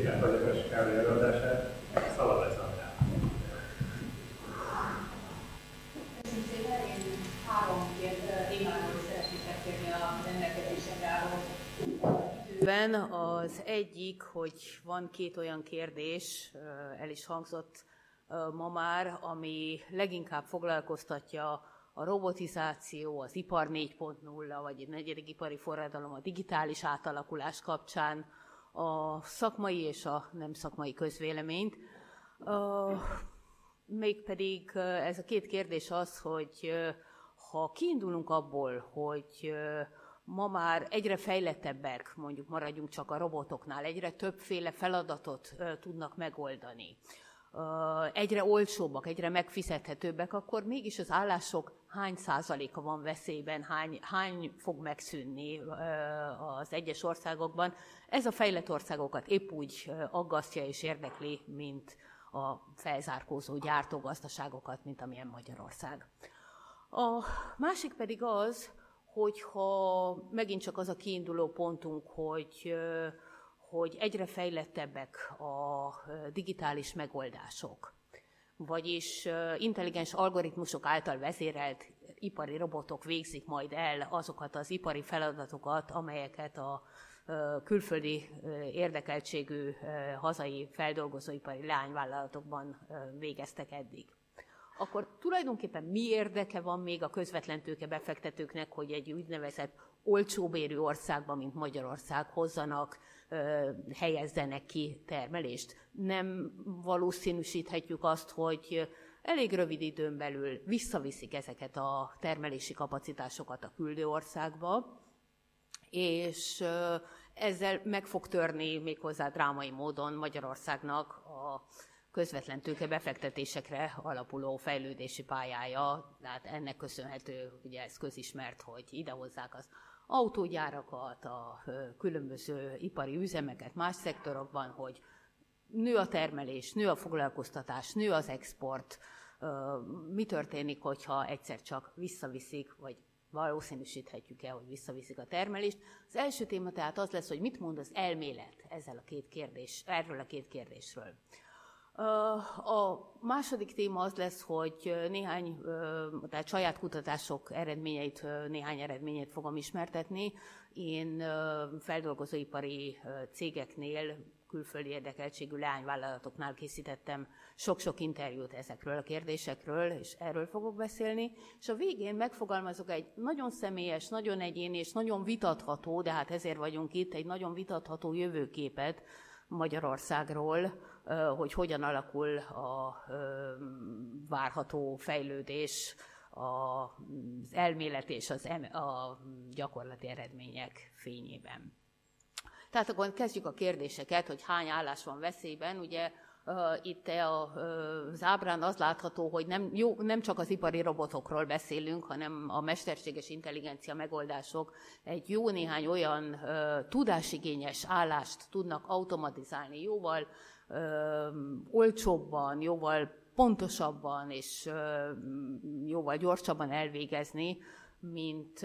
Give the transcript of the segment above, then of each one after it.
szépen Fazekas Károly előadását. Szava lesz András. Köszönöm szépen, én 3 témáról szeretnék beszélni a rendelkezésemre álló időben. Az egyik, hogy van 2 olyan kérdés, el is hangzott ma már, ami leginkább foglalkoztatja a robotizáció, az ipar 4.0, vagy a 4. ipari forradalom, a digitális átalakulás kapcsán a szakmai és a nem szakmai közvéleményt. Mégpedig ez a 2 kérdés az, hogy ha kiindulunk abból, hogy ma már egyre fejlettebbek, mondjuk maradjunk csak a robotoknál, egyre többféle feladatot tudnak megoldani, egyre olcsóbbak, egyre megfizethetőbbek, akkor mégis az állások hány százaléka van veszélyben, hány fog megszűnni az egyes országokban. Ez a fejlett országokat épp úgy aggasztja és érdekli, mint a felzárkózó gyártógazdaságokat, mint amilyen Magyarország. A másik pedig az, hogyha megint csak az a kiinduló pontunk, hogy egyre fejlettebbek a digitális megoldások, vagyis intelligens algoritmusok által vezérelt ipari robotok végzik majd el azokat az ipari feladatokat, amelyeket a külföldi érdekeltségű hazai feldolgozóipari leányvállalatokban végeztek eddig. Akkor tulajdonképpen mi érdeke van még a közvetlen tőkebefektetőknek, hogy egy úgynevezett olcsóbérű országban, mint Magyarország hozzanak, helyezzenek ki termelést? Nem valószínűsíthetjük azt, hogy elég rövid időn belül visszaviszik ezeket a termelési kapacitásokat a küldő országba, és ezzel meg fog törni méghozzá drámai módon Magyarországnak a közvetlen tőkebefektetésekre alapuló fejlődési pályája. Tehát ennek köszönhető, ugye ez közismert, hogy idehozzák az autógyárakat, a különböző ipari üzemeket más szektorokban, hogy nő a termelés, nő a foglalkoztatás, nő az export. Mi történik, hogyha egyszer csak visszaviszik, vagy valószínűsíthetjük el, hogy visszaviszik a termelést. Az első téma tehát az lesz, hogy mit mond az elmélet erről a két kérdésről. A második téma az lesz, hogy tehát saját kutatások néhány eredményeit fogom ismertetni. Én feldolgozóipari cégeknél, külföldi érdekeltségű leányvállalatoknál készítettem sok-sok interjút ezekről a kérdésekről, és erről fogok beszélni. És a végén megfogalmazok egy nagyon személyes, nagyon egyéni és nagyon vitatható, de hát ezért vagyunk itt, egy nagyon vitatható jövőképet Magyarországról, hogy hogyan alakul a várható fejlődés, az elmélet és a gyakorlati eredmények fényében. Tehát akkor kezdjük a kérdéseket, hogy hány állás van veszélyben. Ugye itt az ábrán az látható, hogy nem csak az ipari robotokról beszélünk, hanem a mesterséges intelligencia megoldások egy jó néhány olyan tudásigényes állást tudnak automatizálni, jóval olcsóbban, jóval pontosabban és jóval gyorsabban elvégezni, mint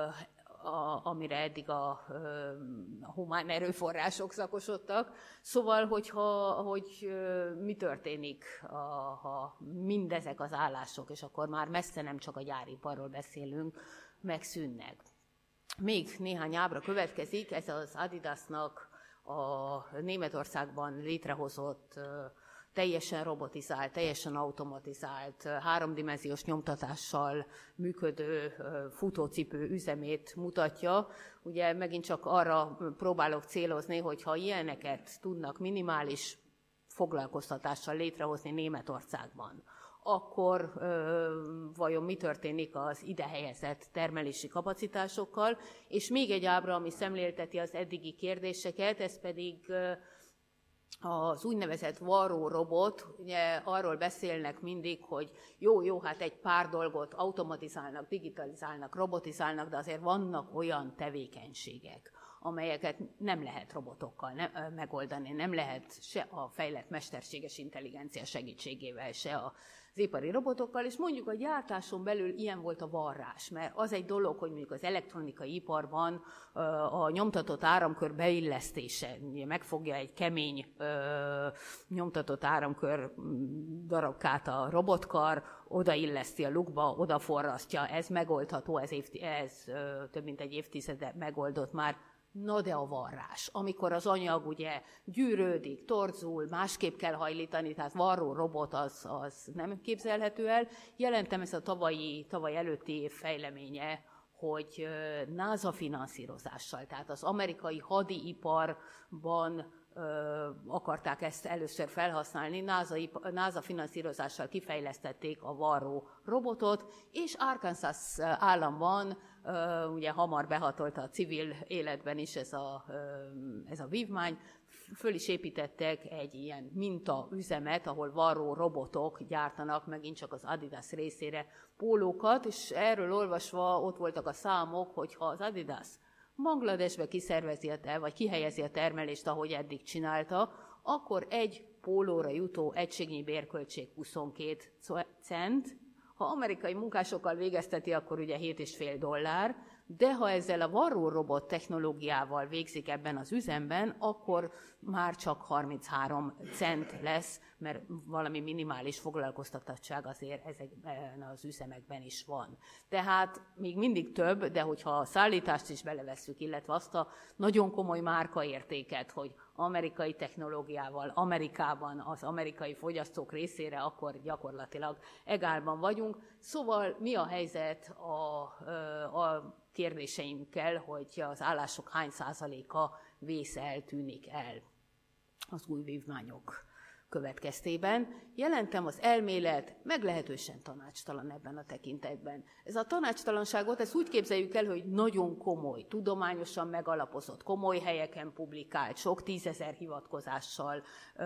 amire eddig a humán erőforrások szakosodtak. Szóval, hogy mi történik, ha mindezek az állások, és akkor már messze nem csak a gyáriparról beszélünk, megszűnnek. Még néhány ábra következik, ez az Adidasnak a Németországban létrehozott teljesen robotizált, teljesen automatizált, 3D nyomtatással működő futócipő üzemét mutatja. Ugye megint csak arra próbálok célozni, hogy ha ilyeneket tudnak minimális foglalkoztatással létrehozni Németországban, akkor vajon mi történik az ide helyezett termelési kapacitásokkal. És még egy ábra, ami szemlélteti az eddigi kérdéseket, ez pedig az úgynevezett varró-robot. Ugye arról beszélnek mindig, hogy jó, hát egy pár dolgot automatizálnak, digitalizálnak, robotizálnak, de azért vannak olyan tevékenységek, amelyeket nem lehet robotokkal megoldani, nem lehet se a fejlett mesterséges intelligencia segítségével, se az ipari robotokkal, és mondjuk a gyártáson belül ilyen volt a varrás, mert az egy dolog, hogy mondjuk az elektronikai iparban a nyomtatott áramkör beillesztése, ugye megfogja egy kemény nyomtatott áramkör darabkát a robotkar, odailleszti a lukba, odaforrasztja, ez megoldható, ez több mint egy évtizede megoldott már. Na de a varrás, amikor az anyag ugye gyűrődik, torzul, másképp kell hajlítani, tehát varró robot az nem képzelhető el. Jelentem ez a tavaly előtti év fejleménye, hogy NASA finanszírozással, tehát az amerikai hadiiparban akarták ezt először felhasználni, NASA finanszírozással kifejlesztették a varró robotot, és Arkansas államban ugye hamar behatolta a civil életben is ez a vívmány, föl is építettek egy ilyen mintaüzemet, ahol varró robotok gyártanak megint csak az Adidas részére pólókat, és erről olvasva ott voltak a számok, hogy ha az Adidas Bangladesbe vagy kihelyezi a termelést, ahogy eddig csinálta, akkor egy pólóra jutó egységnyi bérköltség 22 cent. Ha amerikai munkásokkal végezteti, akkor ugye $7,5, de ha ezzel a varró robot technológiával végzik ebben az üzemben, akkor már csak 33 cent lesz, mert valami minimális foglalkoztatottság azért ezekben az üzemekben is van. Tehát még mindig több, de hogyha a szállítást is belevesszük, illetve azt a nagyon komoly márkaértéket, hogy amerikai technológiával, Amerikában az amerikai fogyasztók részére, akkor gyakorlatilag egálban vagyunk. Szóval mi a helyzet a kérdéseinkkel, hogy az állások hány százaléka vész eltűnik el az új vívmányok következtében. Jelentem, az elmélet meglehetősen tanácstalan ebben a tekintetben. Ez a tanácstalanságot, ezt úgy képzeljük el, hogy nagyon komoly, tudományosan megalapozott, komoly helyeken publikált, sok 10 000 hivatkozással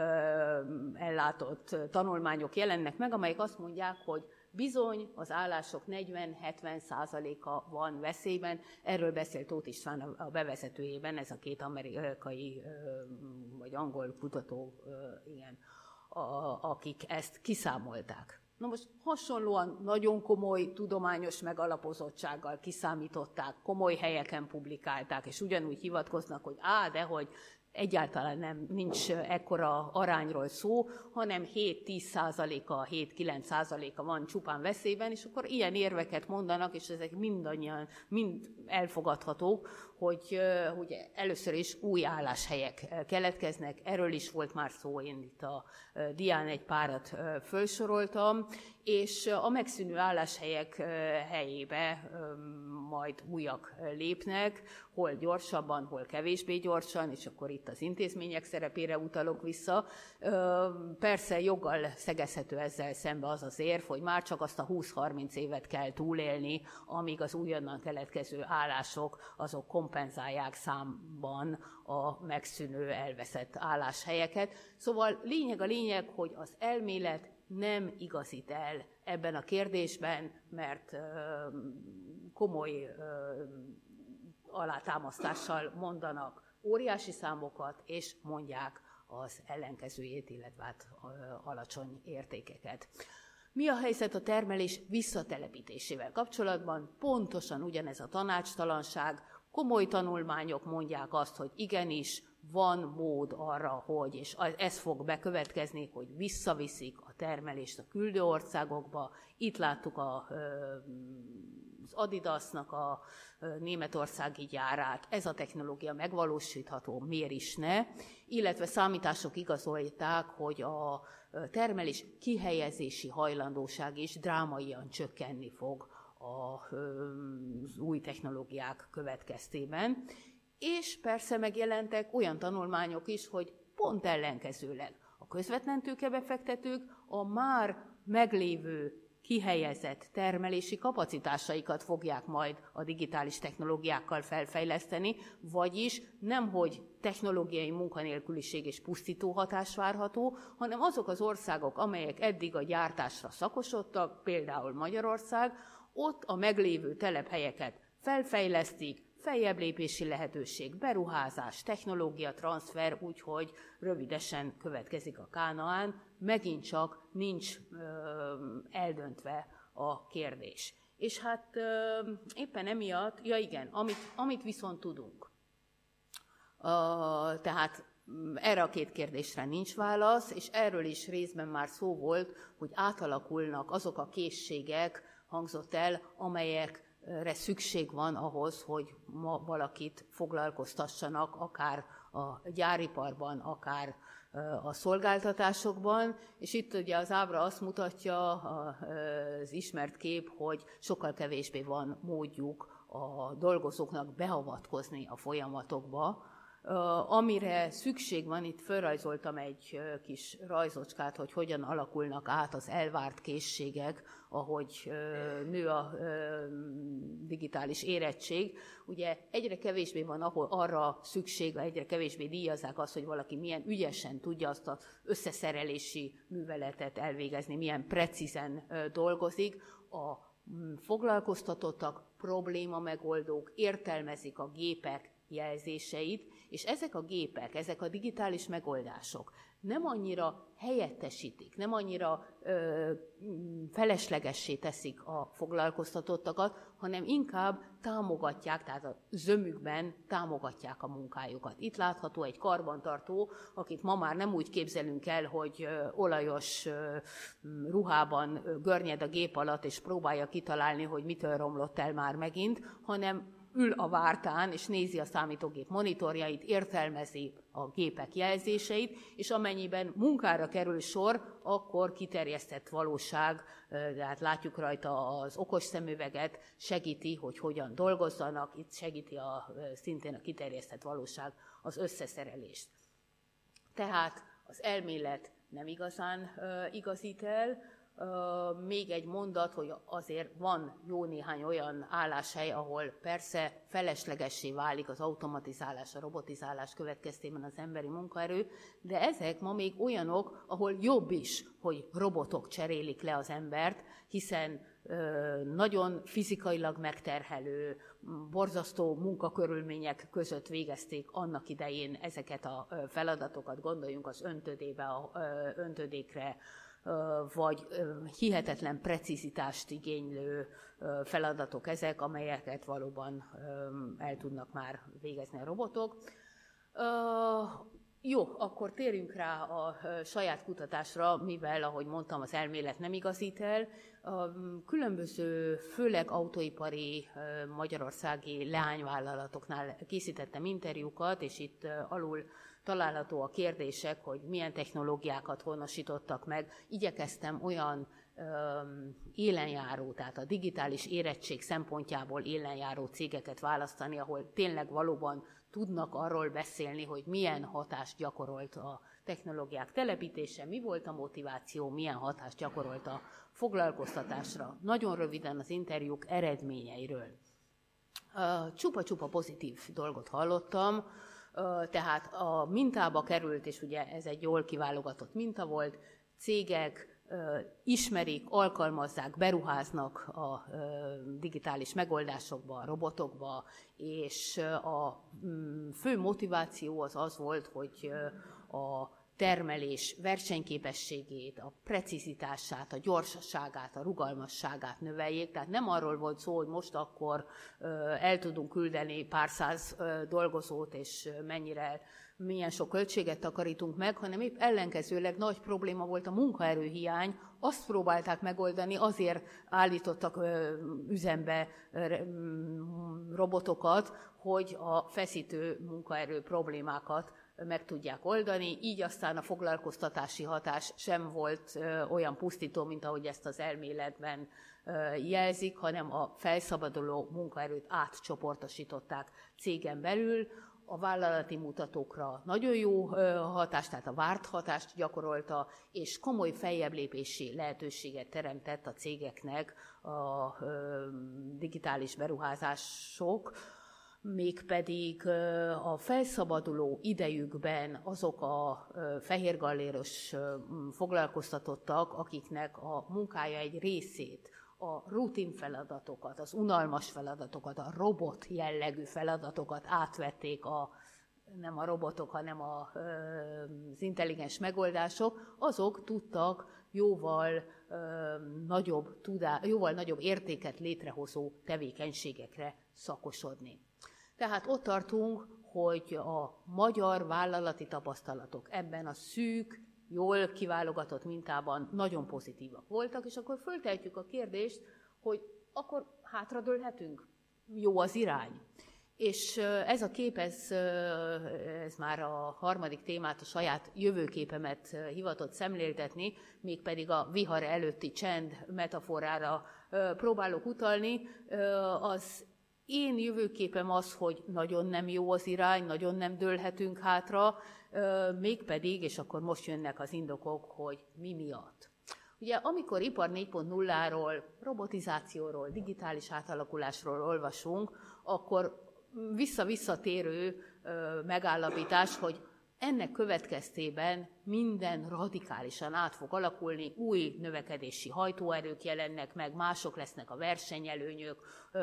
ellátott tanulmányok jelennek meg, amelyek azt mondják, hogy bizony az állások 40-70%-a van veszélyben. Erről beszélt Tóth István a bevezetőjében, ez a két amerikai vagy angol kutató, akik ezt kiszámolták. Na most hasonlóan nagyon komoly tudományos megalapozottsággal kiszámították, komoly helyeken publikálták, és ugyanúgy hivatkoznak, hogy dehogy egyáltalán nincs ekkora arányról szó, hanem 7-10%-a, 7-9%-a van csupán veszélyben, és akkor ilyen érveket mondanak, és ezek mind elfogadhatók, hogy először is új álláshelyek keletkeznek, erről is volt már szó, én itt a dián egy párat felsoroltam, és a megszűnő álláshelyek helyébe majd újak lépnek, hol gyorsabban, hol kevésbé gyorsan, és akkor itt az intézmények szerepére utalok vissza. Persze joggal szegezhető ezzel szembe az az érv, hogy már csak azt a 20-30 évet kell túlélni, amíg az újonnan keletkező állások azok kompenzálják számban a megszűnő, elveszett álláshelyeket. Szóval a lényeg, hogy az elmélet nem igazít el ebben a kérdésben, mert komoly alátámasztással mondanak óriási számokat, és mondják az ellenkezőjét, illetve alacsony értékeket. Mi a helyzet a termelés visszatelepítésével kapcsolatban? Pontosan ugyanez a tanácstalanság. Komoly tanulmányok mondják azt, hogy igenis van mód arra, hogy, és ez fog bekövetkezni, hogy visszaviszik a termelést a küldő országokba. Itt láttuk az Adidasnak a németországi gyárát. Ez a technológia megvalósítható, miért is ne? Illetve számítások igazolták, hogy a termelés kihelyezési hajlandóság is drámaian csökkenni fog az új technológiák következtében. És persze megjelentek olyan tanulmányok is, hogy pont ellenkezőleg a közvetlen tőkebefektetők a már meglévő kihelyezett termelési kapacitásaikat fogják majd a digitális technológiákkal felfejleszteni, vagyis nemhogy technológiai munkanélküliség és pusztító hatás várható, hanem azok az országok, amelyek eddig a gyártásra szakosodtak, például Magyarország, ott a meglévő telephelyeket felfejlesztik, feljebb lépési lehetőség, beruházás, technológia, transfer, úgyhogy rövidesen következik a Kánaán, megint csak nincs eldöntve a kérdés. És hát éppen emiatt, ja igen, amit viszont tudunk. Tehát erre a két kérdésre nincs válasz, és erről is részben már szó volt, hogy átalakulnak azok a készségek, hangzott el, amelyekre szükség van ahhoz, hogy ma valakit foglalkoztassanak, akár a gyáriparban, akár a szolgáltatásokban, és itt ugye az ábra azt mutatja, az ismert kép, hogy sokkal kevésbé van módjuk a dolgozóknak beavatkozni a folyamatokba. Amire szükség van, itt felrajzoltam egy kis rajzocskát, hogy hogyan alakulnak át az elvárt készségek, ahogy nő a digitális érettség. Ugye egyre kevésbé van arra szükség, egyre kevésbé díjazzák azt, hogy valaki milyen ügyesen tudja azt az összeszerelési műveletet elvégezni, milyen precízen dolgozik. A foglalkoztatottak, problémamegoldók értelmezik a gépek jelzéseit, és ezek a gépek, ezek a digitális megoldások nem annyira helyettesítik, nem annyira feleslegessé teszik a foglalkoztatottakat, hanem inkább támogatják, tehát a zömükben támogatják a munkájukat. Itt látható egy karbantartó, akit ma már nem úgy képzelünk el, hogy olajos ruhában görnyed a gép alatt, és próbálja kitalálni, hogy mitől romlott el már megint, hanem ül a vártán, és nézi a számítógép monitorjait, értelmezi a gépek jelzéseit, és amennyiben munkára kerül sor, akkor kiterjesztett valóság, tehát látjuk rajta az okos szemüveget, segíti, hogy hogyan dolgozzanak, itt segíti szintén a kiterjesztett valóság az összeszerelést. Tehát az elmélet nem igazán igazít el. Még egy mondat, hogy azért van jó néhány olyan álláshely, ahol persze feleslegessé válik az automatizálás, a robotizálás következtében az emberi munkaerő, de ezek ma még olyanok, ahol jobb is, hogy robotok cserélik le az embert, hiszen nagyon fizikailag megterhelő, borzasztó munkakörülmények között végezték annak idején ezeket a feladatokat, gondoljunk az öntözékre, vagy hihetetlen precizitást igénylő feladatok ezek, amelyeket valóban el tudnak már végezni a robotok. Jó, akkor térjünk rá a saját kutatásra, mivel, ahogy mondtam, az elmélet nem igazít el. Különböző, főleg autóipari magyarországi leányvállalatoknál készítettem interjúkat, és itt alul található a kérdések, hogy milyen technológiákat honosítottak meg. Igyekeztem olyan élenjáró, tehát a digitális érettség szempontjából élenjáró cégeket választani, ahol tényleg valóban tudnak arról beszélni, hogy milyen hatást gyakorolt a technológiák telepítése, mi volt a motiváció, milyen hatást gyakorolt a foglalkoztatásra. Nagyon röviden az interjúk eredményeiről. Csupa-csupa pozitív dolgot hallottam, tehát a mintába került, és ugye ez egy jól kiválogatott minta volt, cégek ismerik, alkalmazzák, beruháznak a digitális megoldásokba, a robotokba, és a fő motiváció az volt, hogy a termelés versenyképességét, a precizitását, a gyorsaságát, a rugalmasságát növeljék. Tehát nem arról volt szó, hogy most akkor el tudunk küldeni pár száz dolgozót, és milyen sok költséget takarítunk meg, hanem épp ellenkezőleg nagy probléma volt a munkaerőhiány, azt próbálták megoldani, azért állítottak üzembe robotokat, hogy a feszítő munkaerő problémákat meg tudják oldani, így aztán a foglalkoztatási hatás sem volt olyan pusztító, mint ahogy ezt az elméletben jelzik, hanem a felszabaduló munkaerőt átcsoportosították cégen belül, a vállalati mutatókra nagyon jó hatást, tehát a várt hatást gyakorolta, és komoly feljebblépési lehetőséget teremtett a cégeknek a digitális beruházások, mégpedig a felszabaduló idejükben azok a fehérgalléros foglalkoztatottak, akiknek a munkája egy részét a rutin feladatokat, az unalmas feladatokat, a robot jellegű feladatokat átvették nem a robotok, hanem az intelligens megoldások, azok tudtak jóval nagyobb értéket létrehozó tevékenységekre szakosodni. Tehát ott tartunk, hogy a magyar vállalati tapasztalatok ebben a szűk, jól kiválogatott mintában nagyon pozitívak voltak, és akkor föltehetjük a kérdést, hogy akkor hátradőlhetünk? Jó az irány. És ez a kép, ez már a harmadik témát, a saját jövőképemet hivatott szemléltetni, mégpedig a vihar előtti csend metaforára próbálok utalni. Az én jövőképem az, hogy nagyon nem jó az irány, nagyon nem dőlhetünk hátra, mégpedig, és akkor most jönnek az indokok, hogy mi miatt. Ugye, amikor ipar 4.0-ról, robotizációról, digitális átalakulásról olvasunk, akkor visszatérő megállapítás, hogy ennek következtében minden radikálisan át fog alakulni, új növekedési hajtóerők jelennek meg, mások lesznek a versenyelőnyök,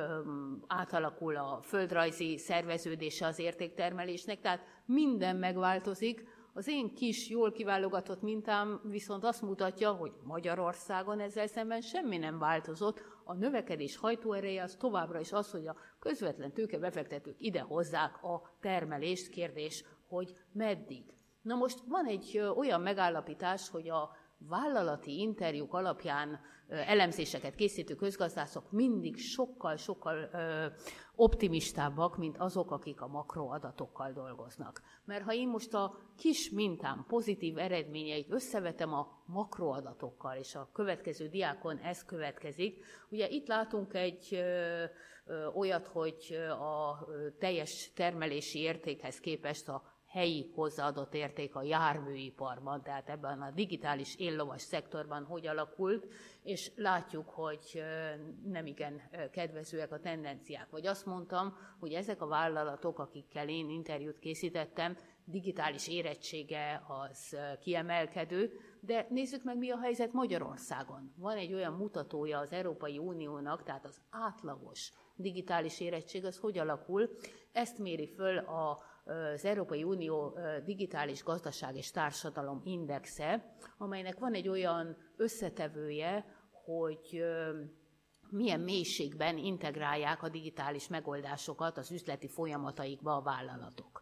átalakul a földrajzi szerveződése az értéktermelésnek, tehát minden megváltozik. Az én kis, jól kiválogatott mintám viszont azt mutatja, hogy Magyarországon ezzel szemben semmi nem változott. A növekedés hajtóereje az továbbra is az, hogy a közvetlen tőkebefektetők ide hozzák a termelést, kérdés, hogy meddig. Na most van egy olyan megállapítás, hogy a vállalati interjúk alapján elemzéseket készítő közgazdászok mindig sokkal optimistábbak, mint azok, akik a makroadatokkal dolgoznak. Mert ha én most a kis mintám pozitív eredményeit összevetem a makroadatokkal, és a következő diákon ez következik, ugye itt látunk egy olyat, hogy a teljes termelési értékhez képest a helyi hozzáadott érték a járműiparban, tehát ebben a digitális éllovas szektorban hogy alakult, és látjuk, hogy nemigen kedvezőek a tendenciák. Vagy azt mondtam, hogy ezek a vállalatok, akikkel én interjút készítettem, digitális érettsége az kiemelkedő, de nézzük meg, mi a helyzet Magyarországon. Van egy olyan mutatója az Európai Uniónak, tehát az átlagos digitális érettség, az hogy alakul. Ezt méri föl az Európai Unió digitális gazdaság és társadalom indexe, amelynek van egy olyan összetevője, hogy milyen mélységben integrálják a digitális megoldásokat az üzleti folyamataikba a vállalatok.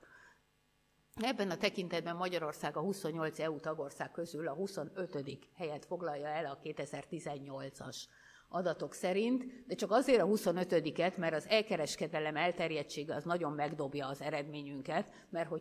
Ebben a tekintetben Magyarország a 28 EU tagország közül a 25. helyet foglalja el a 2018-as adatok szerint, de csak azért a 25-et, mert az elkereskedelem elterjedtsége az nagyon megdobja az eredményünket, mert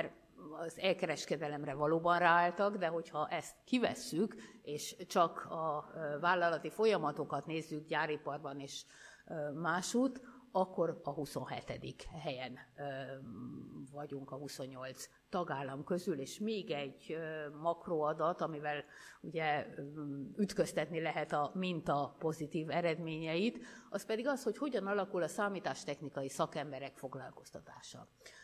az elkereskedelemre valóban ráálltak, de hogyha ezt kivesszük, és csak a vállalati folyamatokat nézzük gyáriparban és másút, akkor a 27. helyen vagyunk a 28 tagállam közül, és még egy makroadat, amivel ugye ütköztetni lehet a minta pozitív eredményeit, az pedig az, hogy hogyan alakul a számítástechnikai szakemberek foglalkoztatása.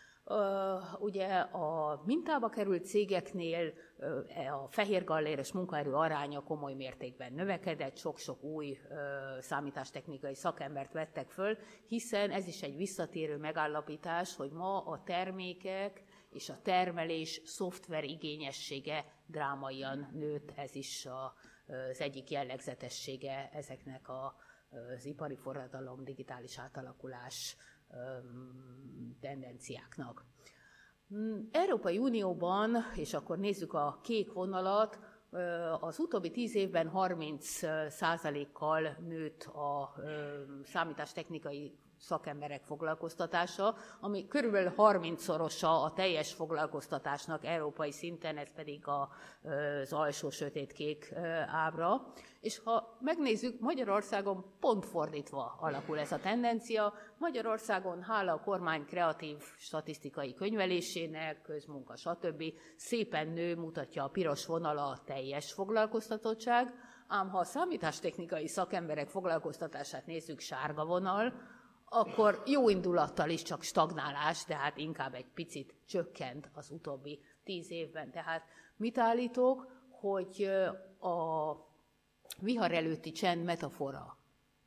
Ugye a mintába került cégeknél a fehérgalléres munkaerő aránya komoly mértékben növekedett, sok-sok új számítástechnikai szakembert vettek föl, hiszen ez is egy visszatérő megállapítás, hogy ma a termékek és a termelés szoftver igényessége drámaian nőtt, ez is az egyik jellegzetessége ezeknek az ipari forradalom, digitális átalakulás tendenciáknak. Európai Unióban, és akkor nézzük a kék vonalat, az utóbbi 10 évben 30%-kal nőtt a számítástechnikai szakemberek foglalkoztatása, ami körülbelül 30-szorosa a teljes foglalkoztatásnak európai szinten, ez pedig az alsó sötétkék ábra. És ha megnézzük, Magyarországon pont fordítva alakul ez a tendencia. Magyarországon hála a kormány kreatív statisztikai könyvelésének, közmunka, stb. Szépen nő, mutatja a piros vonala a teljes foglalkoztatottság, ám ha a számítástechnikai szakemberek foglalkoztatását nézzük, sárga vonal, akkor jó indulattal is csak stagnálás, de hát inkább egy picit csökkent az utóbbi 10 évben. Tehát mit állítok, hogy a vihar előtti csend metafora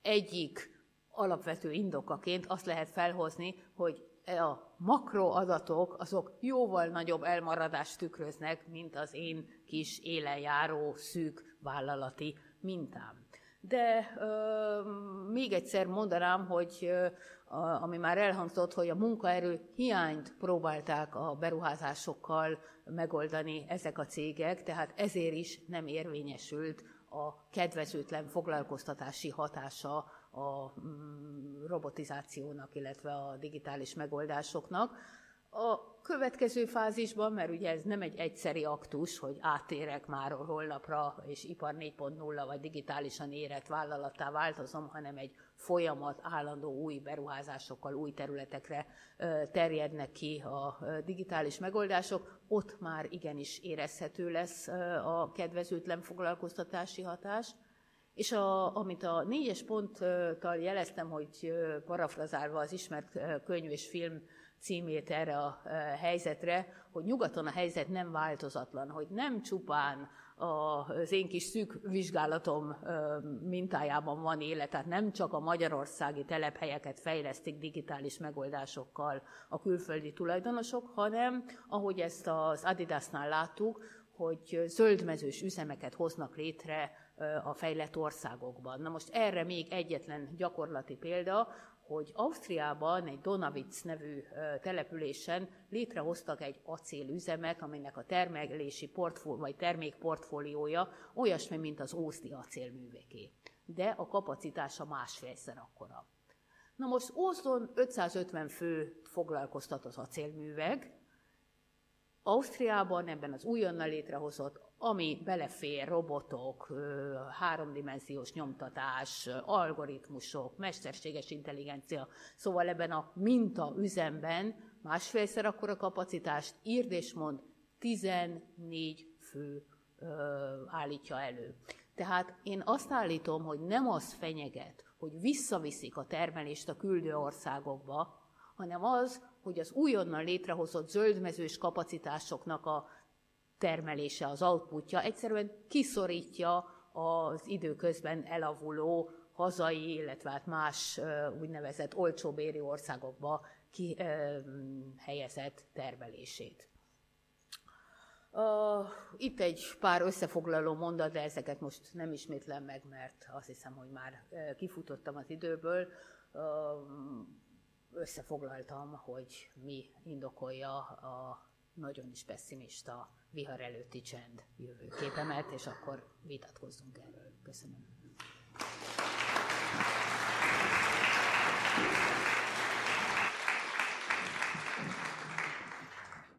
egyik alapvető indokaként azt lehet felhozni, hogy a makroadatok azok jóval nagyobb elmaradást tükröznek, mint az én kis élenjáró szűk vállalati mintám. De még egyszer mondanám, hogy ami már elhangzott, hogy a munkaerő hiányt próbálták a beruházásokkal megoldani ezek a cégek, tehát ezért is nem érvényesült a kedvezőtlen foglalkoztatási hatása a robotizációnak, illetve a digitális megoldásoknak. A következő fázisban, mert ugye ez nem egy egyszeri aktus, hogy áttérek már holnapra, és ipar 4.0 vagy digitálisan érett vállalattá változom, hanem egy folyamat, állandó új beruházásokkal, új területekre terjednek ki a digitális megoldások, ott már igenis érezhető lesz a kedvezőtlen foglalkoztatási hatás. És amit a 4-es ponttal jeleztem, hogy parafrazálva az ismert könyv és film címét erre a helyzetre, hogy nyugaton a helyzet nem változatlan, hogy nem csupán az én kis szűk vizsgálatom mintájában van élet, tehát nem csak a magyarországi telephelyeket fejlesztik digitális megoldásokkal a külföldi tulajdonosok, hanem, ahogy ezt az Adidasnál láttuk, hogy zöldmezős üzemeket hoznak létre a fejlett országokban. Na most erre még egyetlen gyakorlati példa, hogy Ausztriában egy Donawitz nevű településen létrehoztak egy acélüzemet, aminek a termelési vagy termékportfóliója olyasmi, mint az ószdi acélműveké. De a kapacitása másfélszer akkora. Na most Ózdon 550 fő foglalkoztat az acélműveg, Ausztriában ebben az újonnan létrehozott, ami belefér robotok, háromdimenziós nyomtatás, algoritmusok, mesterséges intelligencia, szóval ebben a mintaüzemben másfélszer akkora kapacitást, írd és mond, 14 fő állítja elő. Tehát én azt állítom, hogy nem az fenyeget, hogy visszaviszik a termelést a küldő országokba, hanem az, hogy az újonnan létrehozott zöldmezős kapacitásoknak a termelése, az outputja egyszerűen kiszorítja az időközben elavuló hazai, illetve hát más úgynevezett olcsóbéri országokba helyezett termelését. Itt egy pár összefoglaló mondat, de ezeket most nem ismétlem meg, mert azt hiszem, hogy már kifutottam az időből. Összefoglaltam, hogy mi indokolja a nagyon is pesszimista vihar előtti csend jövőképemet, és akkor vitatkozzunk erről. Köszönöm.